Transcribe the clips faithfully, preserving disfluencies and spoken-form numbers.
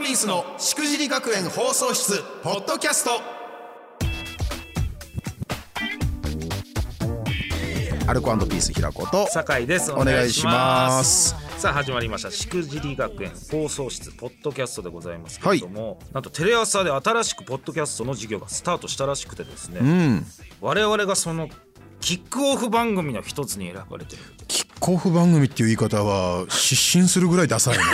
ピースのしくじり学園放送室ポッドキャスト。アルコ&ピース平子と酒井です。 お願いします。 さあ始まりましたしくじり学園放送室ポッドキャストでございますけれども、はい、なんとテレ朝で新しくポッドキャストの授業がスタートしたらしくてですね、うん、我々がそのキックオフ番組の一つに選ばれてる。 キックオフ番組っていう言い方は失神するぐらいダサいね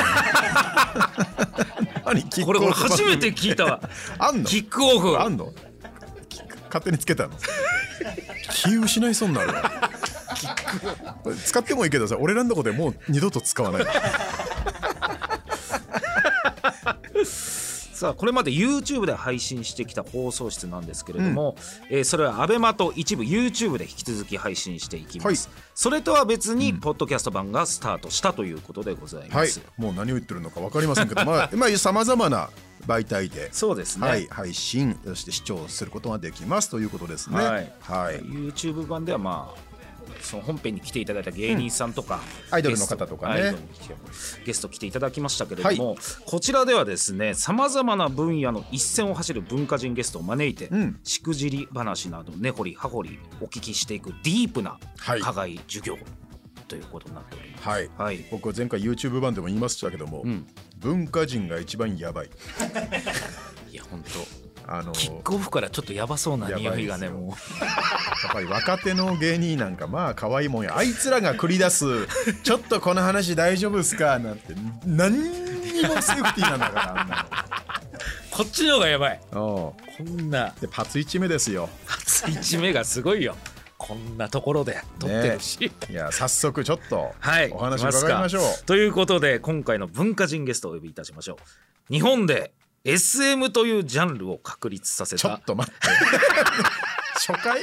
何キックオフ番組、これ俺初めて聞いたわあんのキックオフあんの勝手につけたの気失いそうになるわ使ってもいいけどさ、俺らのとこでもう二度と使わないさあこれまで YouTube で配信してきた放送室なんですけれども、うんえー、それはアベマと一部 YouTube で引き続き配信していきます、はい、それとは別にポッドキャスト版がスタートしたということでございます、 はい、もう何を言ってるのか分かりませんけどまあさまざまな媒体でそうですね、 はい、配信そして視聴することができますということですね、はいはい、 YouTube 版ではまあその本編に来ていただいた芸人さんとか、 うん、アイドルの方とかねゲスト来ていただきましたけれども、はい、こちらではですねさまざまな分野の一線を走る文化人ゲストを招いて、うん、しくじり話など根掘り葉掘りお聞きしていくディープな課外授業、はい、ということになっております、 はいはい、僕は前回 YouTube 版でも言いましたけども、うん、文化人が一番やばいいや本当あのー、キックオフからちょっとやばそうな匂いがねもうやっぱり若手の芸人なんかまあ可愛いもんや。あいつらが繰り出すちょっとこの話大丈夫っすかなんて何にもセーフティーなんだからあんなのこっちの方がやばい。こんなでパツいちめですよ。 パツいちめがすごいよ。こんなところで撮ってるし、ね、 いや早速ちょっとお話を伺いましょう、はい、 ということで今回の文化人ゲストをお呼びいたしましょう。日本で エスエム というジャンルを確立させた。 ちょっと待って初回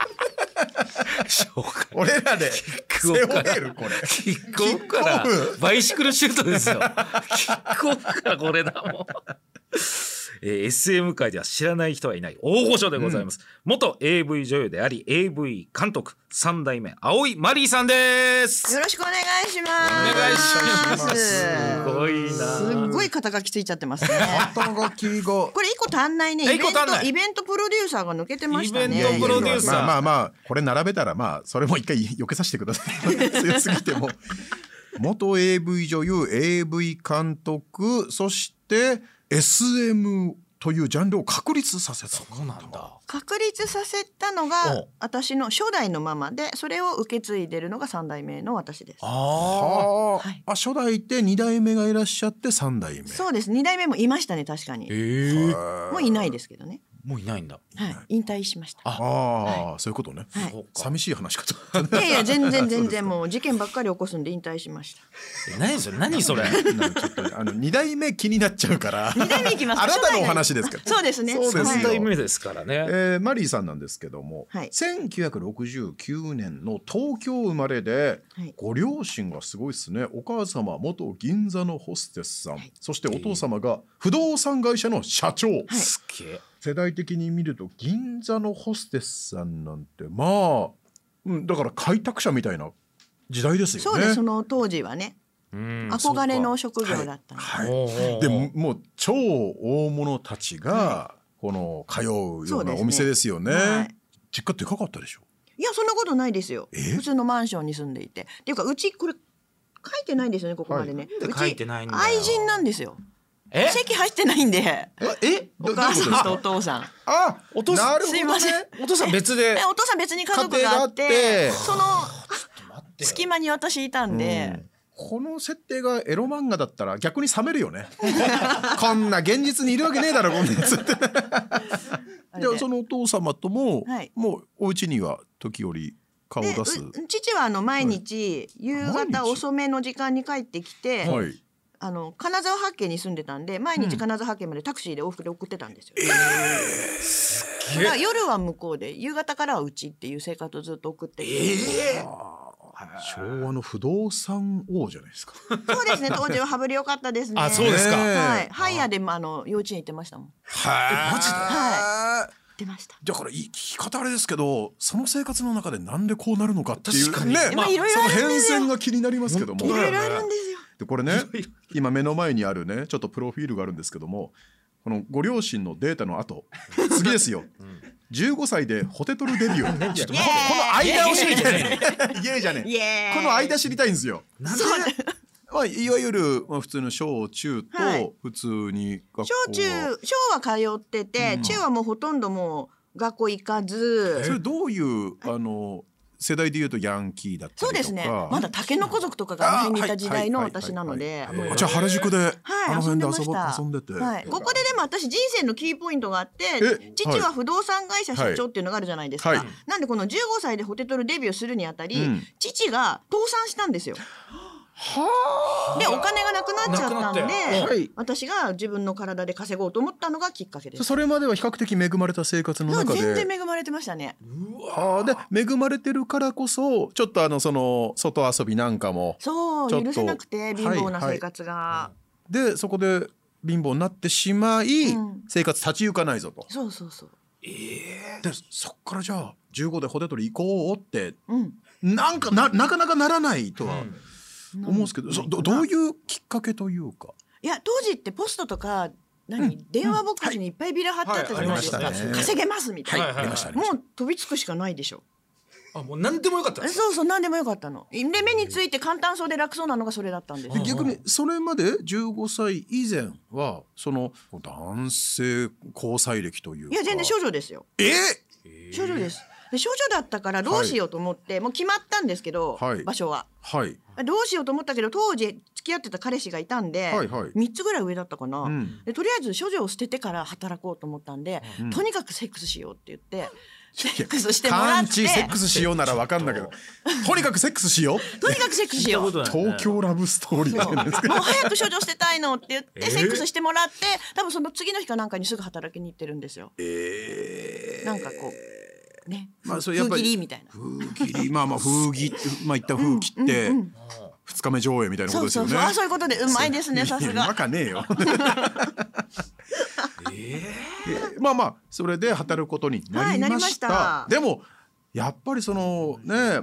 俺らで背負えるこれキックオフからバイシクルシュートですよキックオフからこれだもんえー、エスエム 界では知らない人はいない大御所でございます、うん、元 エーブイ 女優であり エーブイ 監督さん代目青井マリーさんです。 よろしくお願いしますお願いしますすごいなすごい肩書きついちゃってますね肩書きがこれ一個足んないね。イベントイベントプロデューサーが抜けてましたね。 イベントプロデューサーまあまあまあこれ並べたらまあそれも一回避けさせてください強すぎても元 エーブイ 女優 エーブイ 監督そして エスエム というジャンルを確立させた。 そうなんだ。 確立させたのが私の初代のママでそれを受け継いでるのがさん代目の私です。 あ、はい、あ初代ってに代目がいらっしゃってさん代目。 そうです。に代目もいましたね確かに、えー、もういないですけどね。 もういないんだ、 はい、引退しました。 ああ、はい、そういうことね、はい、寂しい話かといやいや全然全然もう事件ばっかり起こすんで引退しました。 何それ何それちょっとあのに代目気になっちゃうからに代目いきます。 あなたのお話ですから。 そうですね。 そうですよ。 さん代目ですからね、 えー、マリーさんなんですけども、はい、せんきゅうひゃくろくじゅうきゅうねんの東京生まれで、はい、ご両親がすごいですね。お母様元銀座のホステスさん、はい、そしてお父様が不動産会社の社長、はい、 すげえ。 世代的に見ると銀座のホステスさんなんてまあ、うん、だから開拓者みたいな時代ですよね。 そうです。その当時はね憧れの職業だったので、はいはい、 でももう超大物たちがこの通うようなお店ですよね、はい、実家でかかったでしょ。 いやそんなことないですよ。普通のマンションに住んでいてっていうかうちこれ書いてないんですよねここまでね、 はい、うち書いてないんだよ。 愛人なんですよ。席入ってないんで。 えお母さんとお父さん。 あ、お父さん。 すいません。 お父さん別で。 お父さん別に家族があって、その隙間に私いたんで。 この設定がエロ漫画だったら逆に冷めるよね。こんな現実にいるわけねえだろこんなやつって。じゃあそのお父様とも、はい、もうお家には時折顔を出す。 父はあの毎日夕方遅めの時間に帰ってきて。はい。あの金沢八景に住んでたんで毎日金沢八景までタクシーで往復で送ってたんですよ、うんえー、すげえ。だから夜は向こうで夕方からはうちっていう生活をずっと送っていて、えー、 昭和の不動産王じゃないですか。 そうですね当時は羽振り良かったですね。 あそうですか、 はい、ハイヤーでもあの幼稚園行ってましたもん。 はマジで。 はい出ました。 だから聞き方あれですけどその生活の中でなんでこうなるのかっていうね、まあ、いろいろその変遷が気になりますけどもいろいろあるんですよ。 でこれね今目の前にあるねちょっとプロフィールがあるんですけども、このご両親のデータの後次ですよ、うん、じゅうごさいでホテトルデビューちょっとこの間を知りたいねイエーじゃねえこの間知りたいんですよ。なんでまあ、いわゆる、まあ、普通の小中と普通に学校、はい、 小中小は通ってて、うん、中はもうほとんどもう学校行かず。 それどういうあの世代でいうとヤンキーだったりとか。 そうですね。まだタケノコ族とかがあの辺にいた時代の私なので。 じゃあ原宿で、はい、 あの辺で遊ば遊んでて、 はい、ここででも私人生のキーポイントがあって、父は不動産会社社長っていうのがあるじゃないですか、はいはい、なんでこのじゅうごさいでホテトルデビューするにあたり、うん、父が倒産したんですよ。はでお金がなくなっちゃったんで、はい、私が自分の体で稼ごうと思ったのがきっかけです。 それまでは比較的恵まれた生活の中で全然恵まれてましたね。 うわで恵まれてるからこそちょっとあのその外遊びなんかもそう許せなくて貧乏な生活が、 はいはい、でそこで貧乏になってしまい、うん、生活立ち行かないぞと。 そうそうそう。 えー、でそっからじゃあじゅうごでホテトル行こうって、うん、なんか な, なかなかならないとは、うん思うんですけど、ど, どういうきっかけというか。 いや当時ってポストとか何、うん、電話ボックスにいっぱいビラ貼ってあったじゃないですか、はいはいね、稼げますみたいな、はいはいはい、もう飛びつくしかないでしょ。 あもう何でもよかった。 そうそう何でもよかったので目について簡単そうで楽そうなのがそれだったんです。 逆にそれまでじゅうごさい以前はその男性交際歴というか。 いや全然少女ですよ。 えー、少女です。で少女だったからどうしようと思って、はい、もう決まったんですけど、はい、場所は、はい、どうしようと思ったけど当時付き合ってた彼氏がいたんで、はいはい、みっつぐらい上だったかな、うん、でとりあえず処女を捨ててから働こうと思ったんで、うん、とにかくセックスしようって言ってセックスしてもらって、 セックスしようなら分かんだけどとにかくセックスしようとにかくセックスしよう東京ラブストーリーじゃないですか。 もう早く処女捨てたいのって言ってセックスしてもらって、多分その次の日かなんかにすぐ働きに行ってるんですよ。えー、なんかこうね、まあ、それやっぱり風切りみたいな風切りまあまあ風切まあ一旦風切って、うんうんうん、ふつかめ上映みたいなことですよね。 そうそうそう、あそういうことでうまいですねさすが。 うまかねえよ。えー、まあまあそれで働くことになりました、はい、でもやっぱりそのね、うん、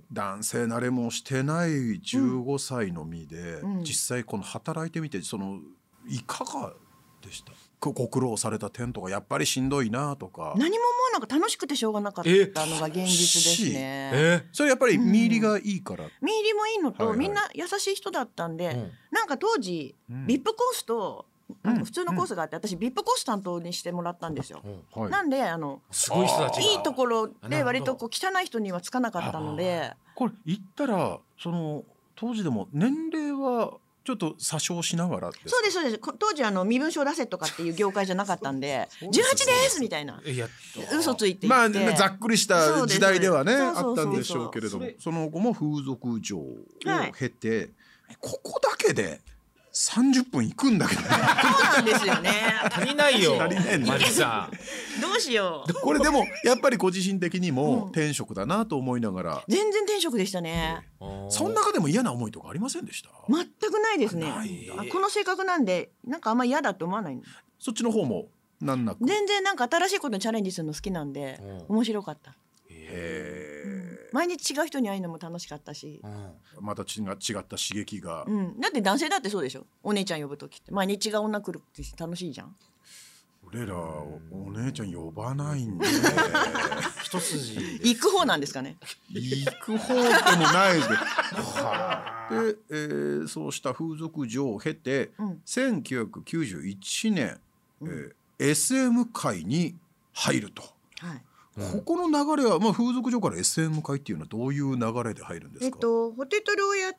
男性慣れもしてないじゅうごさいの身で、うん、実際この働いてみてそのいかがでした？ご苦労された点とかやっぱりしんどいなとか。 何も思わなく楽しくてしょうがなかったのが現実ですね。 えそれやっぱり見入りがいいから、うん、 見入りもいいのと、はいはい、みんな優しい人だったんで、うん、なんか当時、うん、ビップコースとあの普通のコースがあって、うん、私ビップコース担当にしてもらったんですよ、うんはい、なんであのすごい人たちがいいところで割とこう汚い人にはつかなかったので。 これ言ったらその当時でも年齢はちょっと詐称しながらですか？ そうですそうです。当時あの身分証出せとかっていう業界じゃなかったんでじゅうはちですみたいな嘘ついていって、 まあざっくりした時代ではねあったんでしょうけれども、その後も風俗嬢を経て、はい、ここだけでさんじゅっぷん行くんだけどね。そうなんですよね。 足りないよ。 足りないマリさん。 どうしよう。 これでもやっぱりご自身的にも転職だなと思いながら、うん、 全然転職でしたね。 その中でも嫌な思いとかありませんでした？ 全くないですね。この性格なんでなんかあんま嫌だって思わない。 そっちの方もなんなく。 全然なんか新しいことにチャレンジするの好きなんで、うん、面白かった。へー。毎日違う人に会うのも楽しかったし、 うん、また違った刺激が、 うん、だって男性だってそうでしょ。お姉ちゃん呼ぶ時って毎日違う女来るって楽しいじゃん。 俺らお姉ちゃん呼ばないんで一筋行く方なんですかね。 行く方でもないですけどで、えー、そうした風俗嬢を経て、うん、せんきゅうひゃくきゅうじゅういちねん、うんえー、エスエム 界に入ると、はいここの流れは、まあ、風俗嬢から エスエム 界っていうのはどういう流れで入るんですか？ えっと、ホテトルをやって、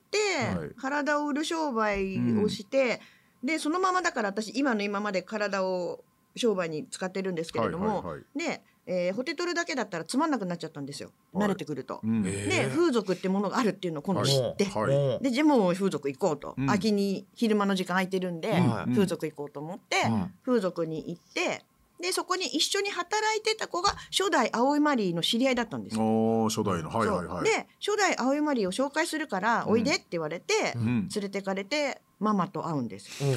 はい、体を売る商売をして、うん、でそのままだから私今の今まで体を商売に使ってるんですけれども、はいはいはい、で、えー、ホテトルだけだったらつまんなくなっちゃったんですよ、はい、慣れてくると、うん、で風俗ってものがあるっていうのを今度知って、はいはい、でじゃあもう風俗行こうと、うん、秋に昼間の時間空いてるんで、うん、風俗行こうと思って、うん、風俗に行ってでそこに一緒に働いてた子が初代青いマリーの知り合いだったんですよ。 お初代の、はいはいはい、 で初代青いマリーを紹介するから、うん、おいでって言われて、うん、連れてかれてママと会うんですよ、うん、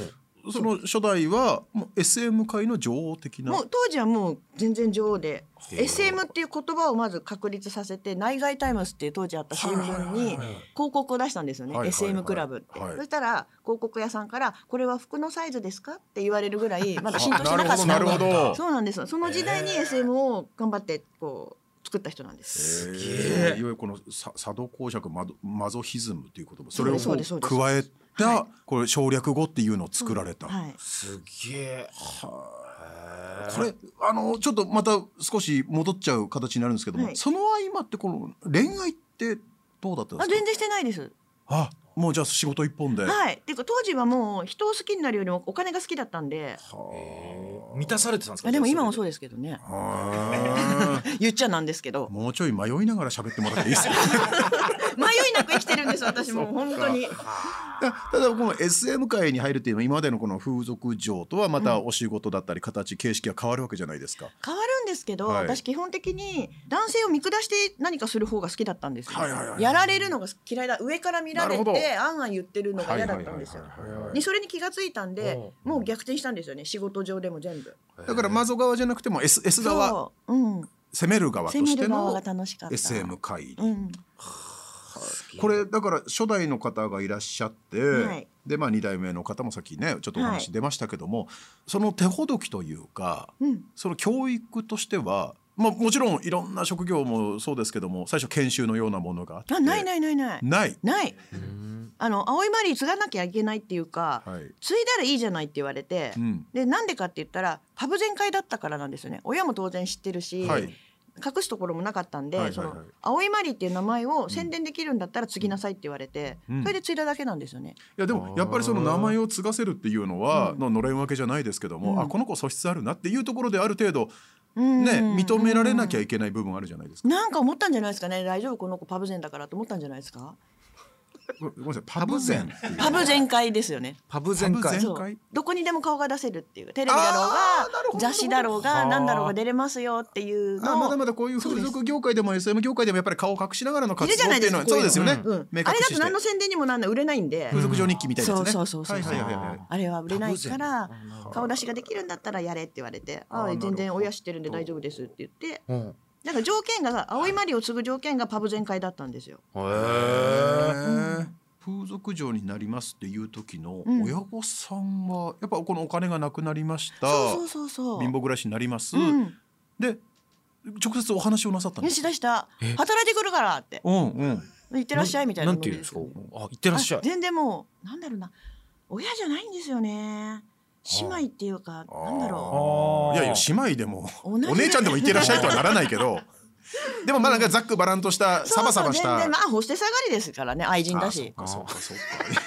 その初代はもう エスエム 界の女王的な。 もう当時はもう全然女王で エスエム っていう言葉をまず確立させて、内外タイムスっていう当時あった新聞に広告を出したんですよね、はいはいはい、エスエム クラブって、はい、そしたら広告屋さんからこれは服のサイズですかって言われるぐらいまだ浸透してなかったなるほどなるほど。 そうなんです。その時代に エスエム を頑張ってこう作った人なんです。 すげえ。いわゆるこの佐渡公爵マドマゾヒズムっていう言葉、それをこう加えた、はい、これ省略語っていうのを作られた、 はい、 すげえ。 はこれあのちょっとまた少し戻っちゃう形になるんですけども、はい、その合間ってこの恋愛ってどうだったんですか？ あ、全然してないです。 あ、もうじゃあ仕事一本で。 はい。っていうか当時はもう人を好きになるよりもお金が好きだったんで、 は満たされてたんですか？ でも今もそうですけどね。言っちゃなんですけど。 もうちょい迷いながら喋ってもらっていいですか？ 迷いなく生きてるんです私も本当に。 ただこの エスエム 界に入るっていうのは今までのこの風俗嬢とはまたお仕事だったり形形式が変わるわけじゃないですか。 変わるんですけど、はい、私基本的に男性を見下して何かする方が好きだったんですよ、はいはいはい、やられるのが嫌いだ、上から見られてあんあん言ってるのが嫌だったんですよ。でそれに気がついたんでもう逆転したんですよね、仕事上でも全部。 だからマゾ側じゃなくても S, S 側、うん、攻める側としての エスエム 界、うん、これだから初代の方がいらっしゃって、はい、でまあに代目の方もさっきねちょっとお話出ましたけども、はい、その手ほどきというか、うん、その教育としては、まあ、もちろんいろんな職業もそうですけども最初研修のようなものがあって。 あ、ないないないないないないあの青いマリー継がなきゃいけないっていうか、はい、継いだらいいじゃないって言われて、うん、でなんでかって言ったらパブ全開だったからなんですよね。親も当然知ってるし、はい、隠すところもなかったんで、はいはいはい、その青いマリーっていう名前を宣伝できるんだったら継ぎなさいって言われて、うん、それで継いだだけなんですよね。 いやでもやっぱりその名前を継がせるっていうのは、うん、ののれん分けじゃないですけども、うん、あこの子素質あるなっていうところである程度ね、認められなきゃいけない部分あるじゃないですか。 なんか思ったんじゃないですかね。大丈夫この子パブ全だからと思ったんじゃないですか。 ごめんなさい、パブ全パブ全開ですよね。 パブ全開、 どこにでも顔が出せるっていう、テレビだろうが雑誌だろうが何だろうが出れますよっていうのを。 あ、まだまだこういう風俗業界でも エスエム 業界でもやっぱり顔を隠しながらの活動っていうのはそうですよね、うんうん、 あれだと何の宣伝にもなんない、売れないんで、 風俗上日記みたいなやつね。 そうそうそうそう、あれは売れないから顔出しができるんだったらやれって言われて、ああ全然親知ってるんで大丈夫ですって言って、うん、なんか条件が青いマリーを継ぐ条件がパブ全開だったんですよ。へー、うん、風俗嬢になりますっていう時の親御さんはやっぱこのお金がなくなりました、 そうそうそうそう、 貧乏暮らしになります、うん、で直接お話をなさったんですか？ しだした働いてくるからって、うんうん、行ってらっしゃいみたいな。 なんていうんですか？あ、行ってらっしゃい。 全然もうなんだろうな、親じゃないんですよね。姉妹っていうかなんだろう、いやいや姉妹でもお姉ちゃんでも行ってらっしゃいとはならないけどでもまあなんかざっくばらんとしたサバサバした、 そうそう、全然まあホステス上がりですからね、愛人だし。 あ、そうかそうか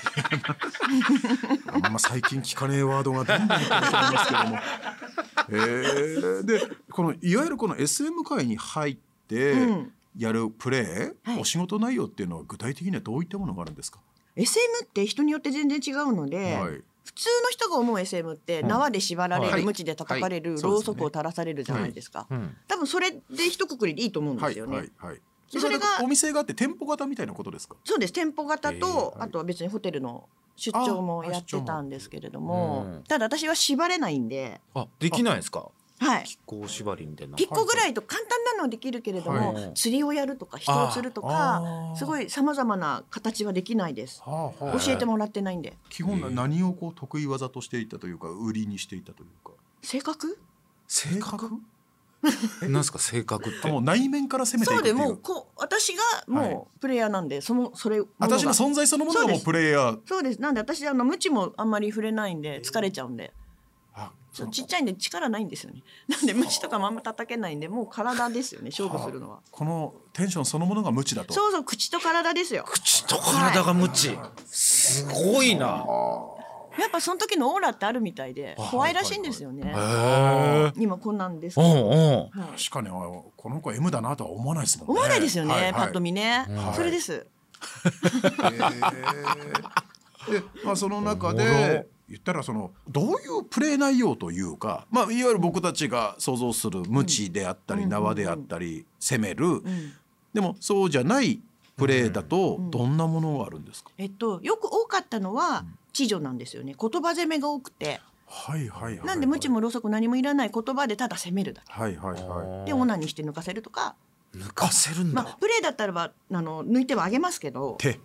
そうかあんま最近聞かねえワードがどんどん出てきますけどもえー、でこのいわゆるこの エスエム 界に入ってやるプレー、うん、お仕事内容っていうのは具体的にはどういったものがあるんですか？ エスエム って人によって全然違うので、はい、普通の人が思う エスエム って縄で縛られる、うん、鞭で叩かれる、はい、ろうそくを垂らされるじゃないですか、はい、多分それで一括りでいいと思うんですよね、はいはいはい、 でそれがお店があって店舗型みたいなことですか？ そうです、店舗型と、えー、あとは別にホテルの出張もやってたんですけれども、うん、ただ私は縛れないんで。 あ、できないですか？ はい、 ピッコ縛りみたいな。 ピッコぐらいと簡単なのはできるけれども、はい、釣りをやるとか人を釣るとかすごいさまざまな形はできないです。教えてもらってないんで。 基本何をこう得意技としていたというか売りにしていたというか。 性格？ 性格？ なんですか性格って？ もう内面から攻めていくっていう。 そうでもうこう私がもうプレイヤーなんで、はい、そのそれ私の存在そのものがもうプレイヤー。 そうです。なんで私あの無知もあんまり触れないんで疲れちゃうんで。ちっちゃいんで力ないんですよね。なんで無知とかもあんま叩けないんで、もう体ですよね、勝負するのは。 このテンションそのものが無知だと。 そうそう、口と体ですよ。 口と体が無知、はい、すごいな。 やっぱその時のオーラってあるみたいで怖いらしいんですよね。今こんなんですけど、うんうん、はい、確かにこの子 エム だなとは思わないですもんね。 思わないですよね、はいはい、パッと見ね、はい、それです。 で、まあ、その中で言ったらそのどういうプレー内容というか、まあ、いわゆる僕たちが想像する無知であったり、うん、縄であったり、うん、攻める、うん、でもそうじゃないプレーだとどんなものがあるんですか？ えっと、よく多かったのは知女なんですよね。言葉攻めが多くて、 はいはいはいはい、 なんで無知もろそく何もいらない言葉でただ攻めるだけ、 はいはいはい、 でオナニーして抜かせるとか、 抜かせるんだ、 まあ、プレーだったらばあの抜いてはあげますけど、 手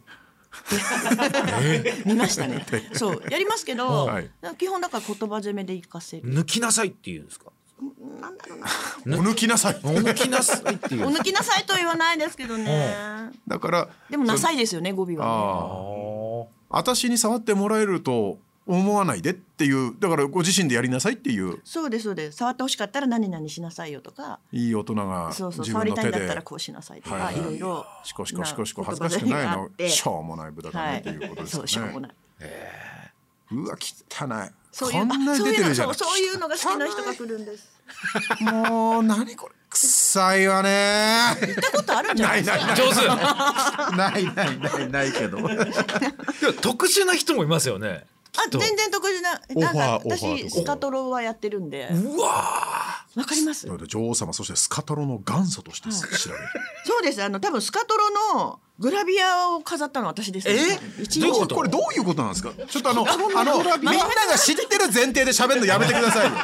見ましたね。そうやりますけど、 はい、 基本だから言葉攻めでいかせる。 抜きなさいって言うんですか。 なんだろうな。お抜きなさい。 お抜きなさいっていう。 お抜きなさいとは言わないですけどね。 だからでもなさいですよね、語尾は、 ね。ああ。私に触ってもらえると思わないでっていう、だからご自身でやりなさいっていう。 そうですそうです。触ってほしかったら何々しなさいよとか。 いい大人がそうそう、 自分の手で触りたいんだったらこうしなさいとか、はい、いろいろ。 しこしこしこしこ恥ずかしくないの。しょうもない豚だねっていうことですよね。 そうしょうもない。 うわ汚い。 そういう、こんなに出てるじゃん。そういうのが好きな人が来るんです。 もう何これ臭いわね。 言ったことあるんじゃないですか。 上手。 ないないないないけど。 特殊な人もいますよね。 あ、全然特殊な。なんか私スカトロはやってるんで。 うわ。 わかります。 女王様、そしてスカトロの元祖として知られる。 そうです。あの多分スカトロのグラビアを飾ったのは私です。 え？これどういうことなんですか。ちょっとあのあのみんなが知ってる前提で喋るのやめてくださいよ。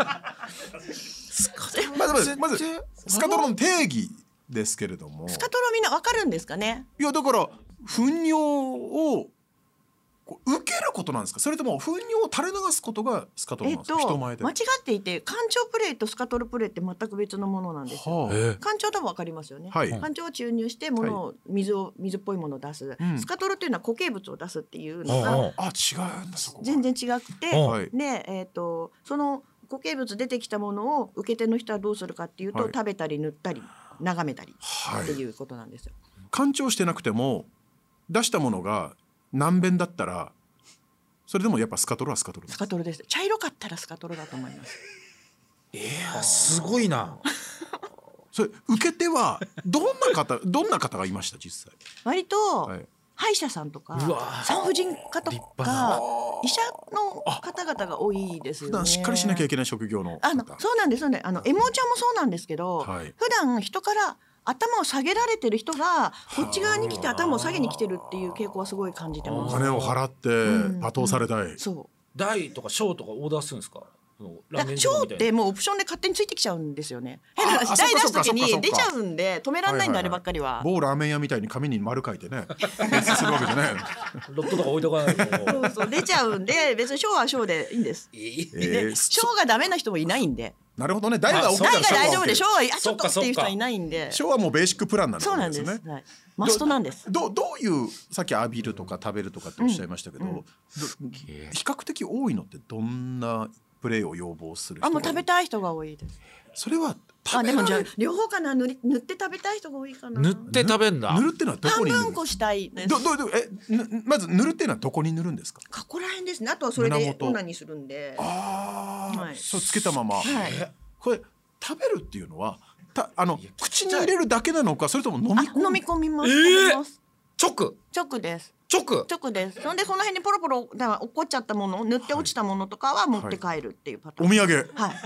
まずまずまずスカトロの定義ですけれども。 スカトロみんなわかるんですかね。 いやだから糞尿を受けることなんですか。それとも糞尿を垂れ流すことがスカトロなんですか。 えっと、 人前で間違っていて、干潮プレイとスカトロプレイって全く別のものなんですよ。はあ、干潮多分わかりますよね。はい、干潮は注入して物を水を水っぽいものを出す、うん、スカトロっていうのは固形物を出すっていうのが、 ああ、違うんだ。そこ全然違くて、はい、で、えっとその固形物出てきたものを受け手の人はどうするかっていうと、はい、食べたり塗ったり眺めたりっていうことなんですよ。 はい、干潮してなくても出したものが軟便だったら。それでもやっぱスカトロはスカトロです。 スカトロです。茶色かったらスカトロだと思います。 えー、すごいな。 それ受け手はどんな方どんな方がいました実際。 割と、はい、歯医者さんとか産婦人科とか医者の方々が多いですよね。 普段しっかりしなきゃいけない職業の方。 あのそうなんですよね。あのエモーちゃんもそうなんですけど、はい、普段人から頭を下げられてる人がこっち側に来て頭を下げに来てるっていう傾向はすごい感じてます。 お金を払って罵倒されたい、うんうん、 そう大とか小とかオーダーするんですか。 小ってもうオプションで勝手についてきちゃうんですよね。変な話、大出す時に出ちゃうんで止めらんないんだ、あればっかりは。 某ラーメン屋みたいに紙に丸書いてね提出するわけじゃない。 ロットとか置いとかないとそうそう出ちゃうんで、別に小は小でいいんです。小がダメな人もいないんで。 なるほどね。大が OK 大が大丈夫で小はちょっとっていう人はいないんで。 小はもうベーシックプランなんですね。 そうなんです。はい、マストなんです。 どどういうさっき浴びるとか食べるとかっておっしゃいましたけど、うんうん、比較的多いのってどんなプレーを要望する人が多い？ あ、もう食べたい人が多いです。 それはあ、でもじゃあ両方かな。塗り塗って食べたい人が多いかな。 塗って食べんだ。 塗るってのはどこに塗る？ 半分こしたいです。 どどどえまず塗るっていうのはどこに塗るんですか？ ここら辺ですね。あとはそれでオナニーするんで。 ああ、 はい、 そうつけたまま。 はい、 これ食べるっていうのはたあの口に入れるだけなのか、それとも飲み込む？ 飲み込みます。 えー、直直です。 直直です。そんでその辺にポロポロだから落っこっちゃったもの、塗って落ちたものとかは持って帰るっていうパターン。 はいはい、お土産。 はい。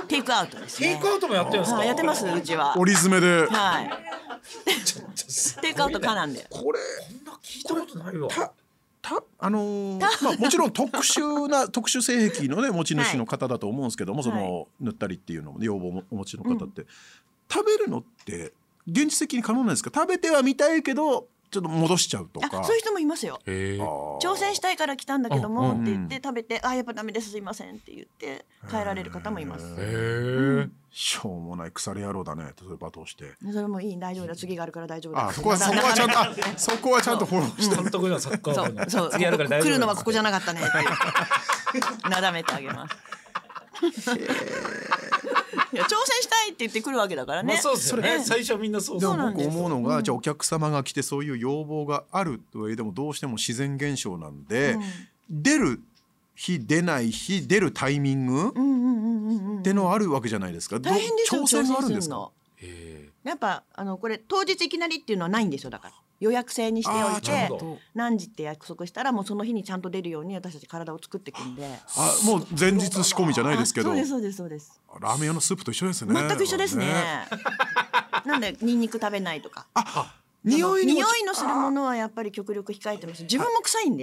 テイクアウトですね。 テイクアウトもやってるんですか？ やってますうちは。 折り詰めで。 はい。テイクアウトかなんで。 これこんな聞いたことないわ。 たあのー、まあもちろん特殊な特殊性癖のね持ち主の方だと思うんですけども、はい、その塗ったりっていうのも要望をお持ちの方って、うん、食べるのって現実的に可能なんですか？食べてはみたいけどちょっと戻しちゃうとか。 そういう人もいますよ。挑戦したいから来たんだけどもって言って食べて、あ、やっぱダメですすいませんって言って帰られる方もいます。へー、うん、しょうもない腐れ野郎だね。例えば通してそれもいい、大丈夫だ、次があるから大丈夫だ。 あ、そこはそこはちゃんとあそこはちゃんとフォローして。 監督のサッカー部のそうそう、来るのはここじゃなかったねってなだめてあげます。いや挑戦したいって言ってくるわけだからね。 まあ、そうですよね。最初はみんなそうでも僕思うのが、うん、じゃあお客様が来てそういう要望があるとはいえでもどうしても自然現象なんで、うん、出る日出ない日出るタイミングってのあるわけじゃないですか。 大変ですよ。 挑戦があるんですか？ へー、やっぱあのこれ当日いきなりっていうのはないんですよ。だから予約制にしておいて何時って約束したらもうその日にちゃんと出るように私たち体を作っていくんで。 あ、もう前日仕込みじゃないですけど。 そうですそうですそうです。 ラーメン屋のスープと一緒ですね。 全く一緒ですね。なんでニンニク食べないとか。 あ、匂い匂いのするものはやっぱり極力控えてます。自分も臭いんで。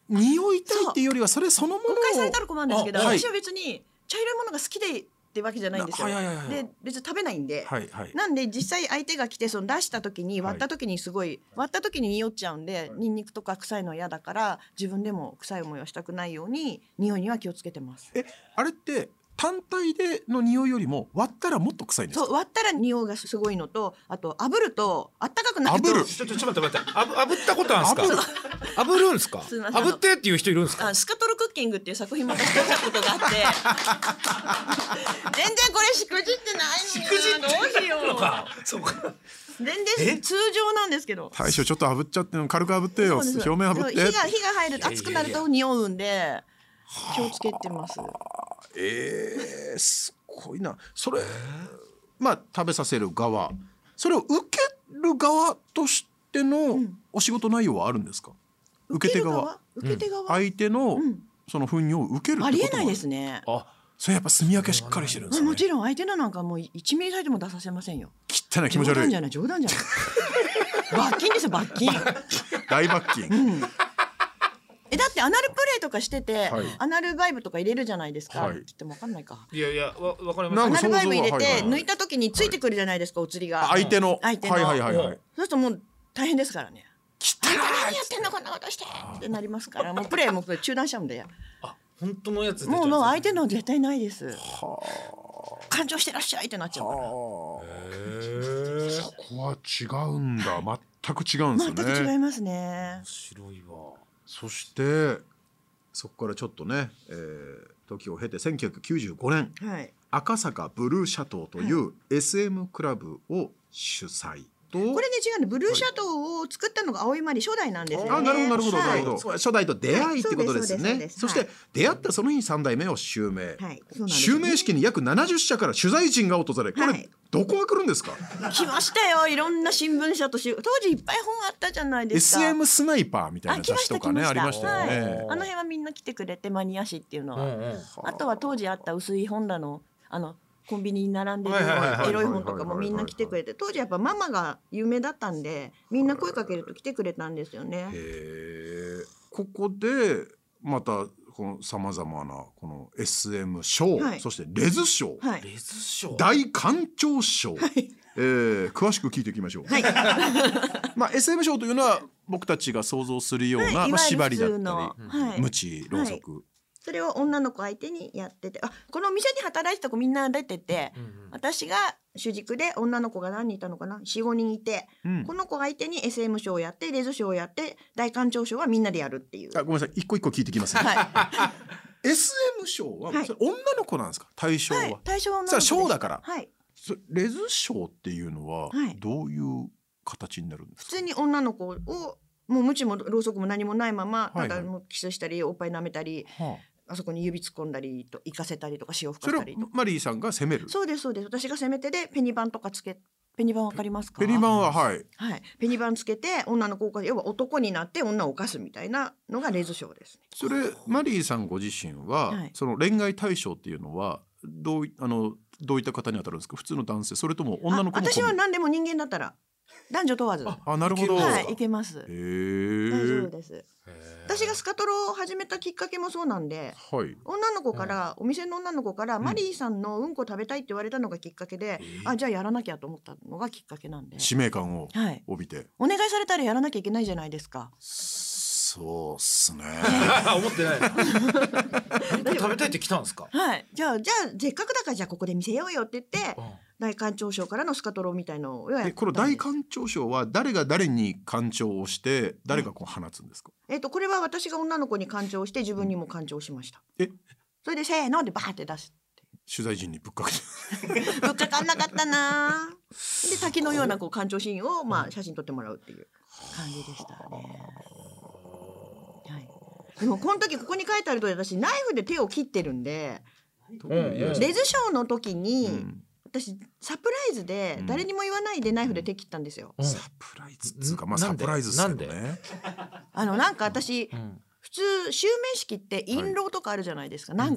匂いたいっていうよりはそれそのものを誤解されたら困るんですけど、 あはい、 私は別に茶色いものが好きでってわけじゃないんですよ。 はいはいはいはい、 で別に食べないんで、 はいはい、 なんで実際相手が来てその出した時に割った時にすごい、はい、割った時に匂っちゃうんで、ニンニクとか臭いのは嫌だから自分でも臭い思いはしたくないように匂いには気をつけてます。 えあれって単体での匂いよりも割ったらもっと臭いんですか？ そう割ったら匂いがすごいのと、あと炙るとあったかくなると。 炙るちょっとちょっと待って待って、あぶ炙ったことあるんですか？炙るんですか？炙ってっていう人いるんですか？ あスカトルクッキングっていう作品も私撮ったことがあって全然これしくじってないのよ。 しくじってどうしようか。 そうか。 全然通常なんですけど。 大将ちょっと炙っちゃって軽く炙ってよ。表面炙って。 火が火が入ると熱くなると匂うんで気をつけてます。 えー、すごいな。それまあ食べさせる側、それを受ける側としてのお仕事内容はあるんですか？うん、受け手側、 受け手側、 うん、相手のその糞尿を受けるってこともある？ ありえないですね。 あ、それやっぱ炭焼けしっかりしてるんですね。 もちろん相手のなんかもういちミリたりでも出させませんよ。 汚い気持ち悪い。 冗談じゃない冗談じゃない罰金ですよ罰金大罰金、うん、 えだってアナルプレイとかしてて、はい、アナルバイブとか入れるじゃないですか、はい、切っても分かんないか。 いやいやわ分かります。 アナルバイブ入れて、はいはいはい、抜いた時についてくるじゃないですか、お釣りが相手の相手の、 はいはいはいはい、 そうするともう大変ですからね。 汚い何やってんのこんなことしてってなりますから、もうプレイも中断しちゃうんで。 あ本当のやつもうもう相手の絶対ないです。は感情してらっしゃいってなっちゃうから。 へそこは違うんだ、はい、全く違うんですよね。 全く違いますね。 面白いわ。 そしてそこからちょっとね、えー、時を経てせんきゅうひゃくきゅうじゅうごねん、はい、赤坂ブルーシャトーという エスエム クラブを主催。 これね違うね、ブルーシャトーを作ったのが青井真理初代なんですよね。 あ、なるほどなるほど、はい、なるほど。初代と出会いってことですね。はい、そして出会ったその日さん代目を襲名、はい、襲名式に約ななじゅっしゃから取材陣が訪れ、これ、はい、どこが来るんですか？ 来ましたよ、いろんな新聞社とし当時いっぱい本あったじゃないですか。 エスエム スナイパーみたいな雑誌とかね あ, ありましたよね、はい、 あの辺はみんな来てくれて、マニア誌っていうのは、うんうん、あとは当時あった薄い本棚のあのコンビニに並んでるエロい本とかもみんな来てくれて、当時やっぱママが有名だったんでみんな声かけると来てくれたんですよね。 へここでまたさまざまなこの エスエム 賞、はい、そしてレズ賞、はい、レズ賞大館長賞、はい、えー、詳しく聞いていきましょう。はいまあ、エスエム 賞というのは僕たちが想像するような、はい、まあ、縛りだったり、はい、無知ろうそく、はい、 それを女の子相手にやってて、あこの店に働いてた子みんな出てて、うんうん、私が主軸で女の子が何人いたのかな よん,ご 人いて、うん、この子相手に エスエム 賞をやってレズ賞をやって大館長賞はみんなでやるっていう。 あごめんなさい、一個一個聞いてきます、ねはい、エスエム 賞は、はい、それ女の子なんですか？対象は、はい、 対象は女の子です。 賞だから、 はい、 レズ賞っていうのはどういう形になるんですか？ 普通に女の子をもうムチもろうそくも何もないまま、ただもうキスしたりおっぱい舐めたり、はい、あそこに指突っ込んだりと行かせたりとか塩吹かせたりとか。 それをマリーさんが攻める？ そうですそうです。私が攻めてでペニバンとかつけ、ペニバンわかりますか？ ペニバンははい、 はい、ペニバンつけて女の子を要は男になって女を犯すみたいなのがレズ賞ですね。 それマリーさんご自身は、はい、その恋愛対象っていうのはどうあのどういった方に当たるんですか？普通の男性、それとも女の子も？ 私は何でも人間だったら男女問わず。 あ、あなるほど。 はい、いけます。へえ。 大丈夫です。私がスカトロを始めたきっかけもそうなんで、はい、女の子から、うん、お店の女の子から、うん、マリーさんのうんこ食べたいって言われたのがきっかけで、うん、あじゃあやらなきゃと思ったのがきっかけなんで、 使命感を帯びて、はい、 お願いされたらやらなきゃいけないじゃないですか。 そうっすね思ってない食べたいって来たんですか？ はい、じゃあじゃあせっかくだからじゃあここで見せようよって言って、うん、大館長賞からのスカトロみたいのをやったんです。 この大館長賞は誰が誰に館長をして誰がこう放つんですか？ えっとこれは私が女の子に館長して自分にも館長しました。えそれでせーのでバーって出すって取材陣にぶっかけてぶっかかんなかったなで滝のようなこう館長シーンをまあ写真撮ってもらうっていう感じでしたね。はい、でもこの時ここに書いてあるとおり私ナイフで手を切ってるんで、うん、レズショーの時に、うん、私サプライズで誰にも言わないでナイフで手切ったんですよ、 うん、サプライズっつうか、まあ、サプライズっすよね。 あのなんか私、うん、普通襲名式って印籠とかあるじゃないですか、はい、なんか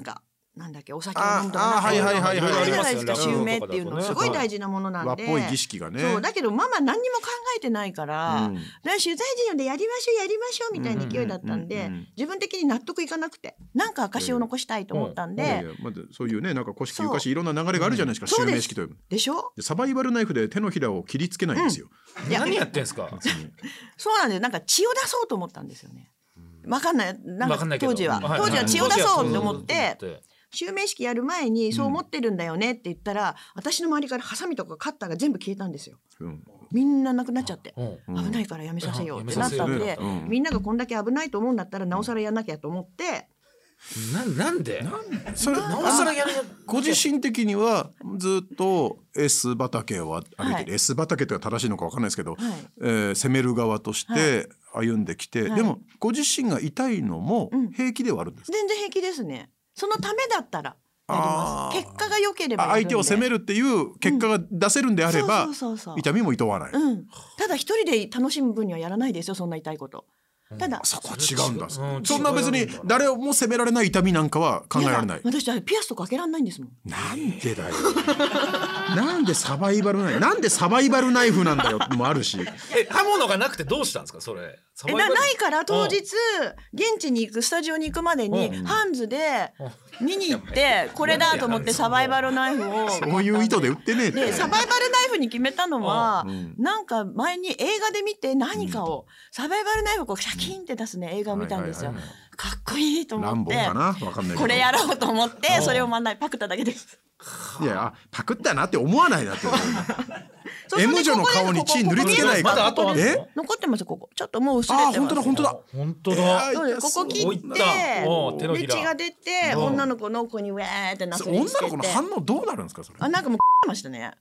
なんだっけお酒を飲むとかあはいはいはいはいあるじゃないですか、 うん襲名っていうのすごい大事なものなんで、 和っぽい儀式がね。 そうだけどママ何にも考えてないから、 うんだから取材陣でやりましょうやりましょうみたいな勢いだったんで、 うんうんうんうん自分的に納得いかなくてなんか証を残したいと思ったんで、 いやいやまだそういうねなんか古式ゆかしいろんな流れがあるじゃないですか、襲名式というでしょ。 でサバイバルナイフで手のひらを切りつけないんですよ、 いや何やってんすか。 そうなんですなんか血を出そうと思ったんですよね。わかんないなんかわかんないけど当時は、 うん当時は血を出そうと思って、 うん襲名式やる前にそう思ってるんだよねって言ったら、私の周りからハサミとかカッターが全部消えたんですよ。 うんみんななくなっちゃって、 うん危ないからやめさせようってなったんやめさで、 せよううんみんながこんだけ危ないと思うんだったらなおさらやんなきゃと思って、 ななんでそれなおさらやるご自身的にはずっと S 畑を歩いてる、 はい S 畑というのは正しいのか分かんないですけど、 はいえー攻める側として歩んできて、 はいでもご自身が痛いのもうん平気ではあるんですか、 全然平気ですね。そのためだったらやります。 あー結果が良ければやるんで相手を責めるっていう結果が出せるんであれば、 そうそうそうそう痛みも厭わない、 うん、ただ一人で楽しむ分にはやらないですよそんな痛いこと。ただ、 そこは違うんだ、 うんそんな別に違うんだ誰も責められない痛みなんかは考えられないや私はピアスとか開けられないんですもん。 なんでだよなんでサバイバルナイフなんでサバイバルナイフなんだよもあるしえ刃物がなくてどうしたんですかそれ。 えなないから当日現地に行くスタジオに行くまでにうんハンズで見に行ってこれだと思ってサバイバルナイフをそういう意図で売ってねえってでサバイバルナイフに決めたのは、 うんなんか前に映画で見て何かを、サバイバルナイフをこうシャキンって出すね映画を見たんですよ、 はいはいはいかっこいいとラン思ってボーかなわかんないけどこれやろうと思ってそれを真ん中にパクっただけです。 いやあパクったなって思わないだってそう M 女の顔に血塗りつけないまだあとあるのえ残ってますよここちょっともう薄れてます。 あ本当だ本当だ本当だ。 そうですここ切っおいったおう手のてひらで血が出てうん女の子の子にウェーってなすりつけて女の子の反応どうなるんですかそれあなんかもうましたね。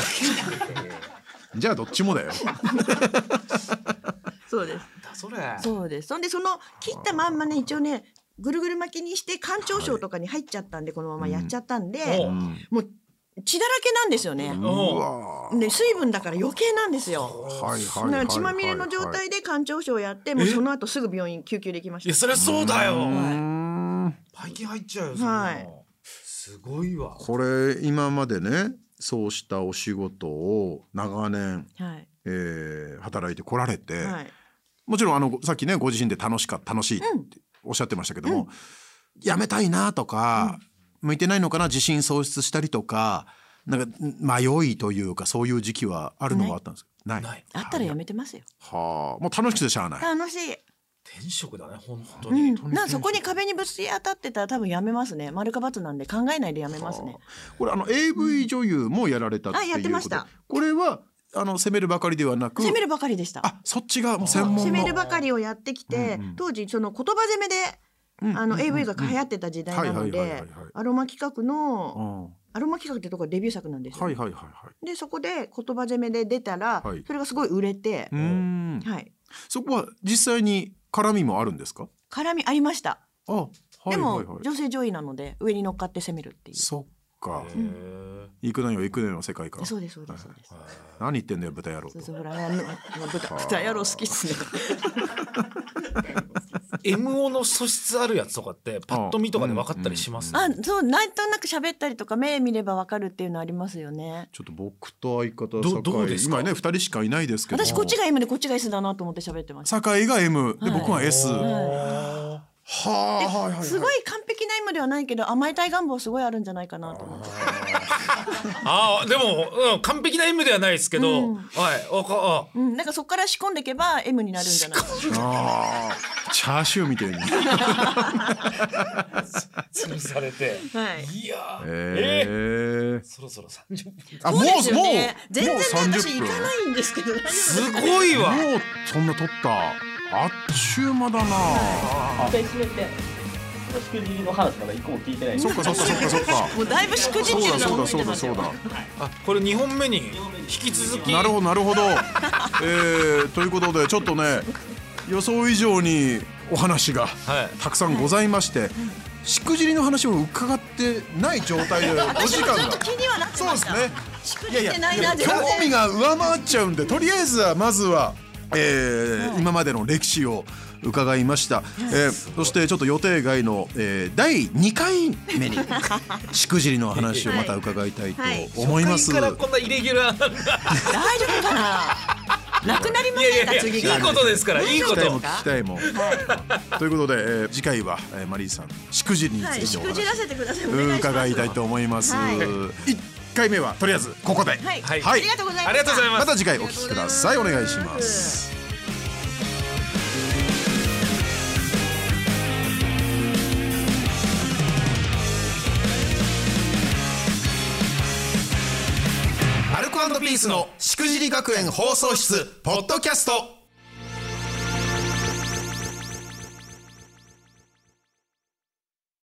じゃあどっちもだよそうですだそれ。 そうです。そんでその切ったまんまね一応ねぐるぐる巻きにして館長賞とかに入っちゃったんでこのままやっちゃったんで、 おうもう血だらけなんですよね。 うわで水分だから余計なんですよ。 はいはいはいだから血まみれの状態で館長賞やってもうその後すぐ病院救急で行きました。 いやそりゃそうだよ。 うんパイキン入っちゃうよ。そんなのはいすごいわ。 これ今までねそうしたお仕事を長年、 はいえー働いてこられて、 はい。 もちろんあのさっきねご自身で楽しか楽しいっておっしゃってましたけども、やめたいなとか、向いてないのかな自信喪失したりとかなんか迷いというかそういう時期はあるのはあったんですか。ないないあったらやめてますよ。 はあもう楽しくてしゃあない。 楽しい。 転職だね本当うに。 ん。なんかそこに壁にぶつけ当たってたら多分やめますね。丸か×なんで考えないでやめますね。 これあの エーブイ 女優もやられたっていうことで、 あやってましたこれはあの責めるばかりではなく攻めるばかりでした。 あそっちがもう専門の攻めるばかりをやってきて、 うんうん当時その言葉攻めで、 うんあの エーブイ が流行ってた時代なのはいはいはいではいはいアロマ企画うのんアロマ企画ってとこがデビュー作なんですよ、 はいはいはいはいでそこで言葉攻めで出たら、 はいそれがすごい売れて、 うーんはいそこは実際に絡みもあるんですか。 絡みありました。 あはいでも、 はいはい女性女優なので上に乗っかって攻めるっていう。 そっかへー行くなよ行くなよの世界か。 そうですそうですそうです。 何言ってんだよ豚野郎と。 そうそうほらあの豚豚野郎好きっすね。 エムオー の素質あるやつとかってパッと見とかで分かったりします。 あそうなんとなく喋ったりとか目見ればわかるっていうのありますよね。 ちょっと僕と相方ど酒井どうですか今ねふたりしかいないですけど私こっちが エム でこっちが エス だなと思って喋ってました。 酒井が エム ではい僕は エス、 おはーあはいはいはいすごい完璧な エム ではないけど甘えたい願望すごいあるんじゃないかなと思って。 あーでも、うん、完璧な エム ではないですけど、 うんはいおかあうん、なんかそこから仕込んでいけば エム になるんじゃないかな。 あーチャーシューみたいに潰されてはい。 いやーええー、 そろそろさんじゅっぷんあそうですよね。 もう全然もう私さんじゅっぷん行かないんですけど大丈夫ですすごいわもうそんな撮ったあっちゅう間だな一回閉めて、しくじりの話まだ一個も聞いてないんでそっかそっかそっかそっかもうだいぶしくじってるのをそうだそうだ見てますよ。 そうだそうだあこれにほんめに引き続きなるほどなるほど、えー、ということでちょっとね予想以上にお話がはいたくさんございまして、しくじりの話を伺ってない状態でお私時間がもちょっと気にはなってそうました。 ですねしくじってないな全興味然。 が上回っちゃうんでとりあえずはまずは、えー今までの歴史を伺いました、えー、そしてちょっと予定外の、えー、だいにかいめにしくじりの話をまた伺いたいと思います、 はいはい、初回からこんなイレギュラー大丈夫かななくなりませんか次から。 いいことですからいいこと聞きたいもん、はい、ということで、えー、次回は、えー、マリーさんしくじりについてお話、はい、しくじらせてください。伺いたいと思います、はい、いっかいめはとりあえずここで、はいはいはい、ありがとうございます。 ありがとうございます。 また次回お聞きください。お願いします。アルコ&ピースのしくじり学園放送室ポッドキャスト。